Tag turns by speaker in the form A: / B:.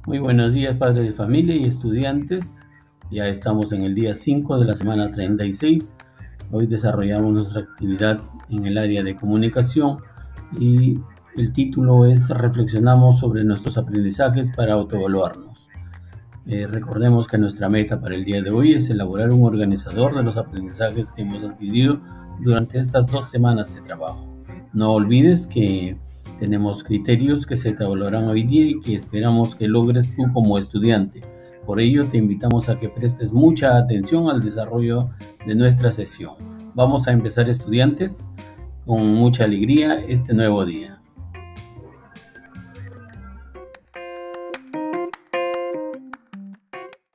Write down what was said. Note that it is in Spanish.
A: Muy buenos días, padres de familia y estudiantes. Ya estamos en el día 5 de la semana 36. Hoy desarrollamos nuestra actividad en el área de comunicación y el título es Reflexionamos sobre nuestros aprendizajes para autoevaluarnos. Recordemos que nuestra meta para el día de hoy es elaborar un organizador de los aprendizajes que hemos adquirido durante estas 2 semanas de trabajo. No olvides que tenemos criterios que se te evaluarán hoy día y que esperamos que logres tú como estudiante. Por ello, te invitamos a que prestes mucha atención al desarrollo de nuestra sesión. Vamos a empezar, estudiantes, con mucha alegría este nuevo día.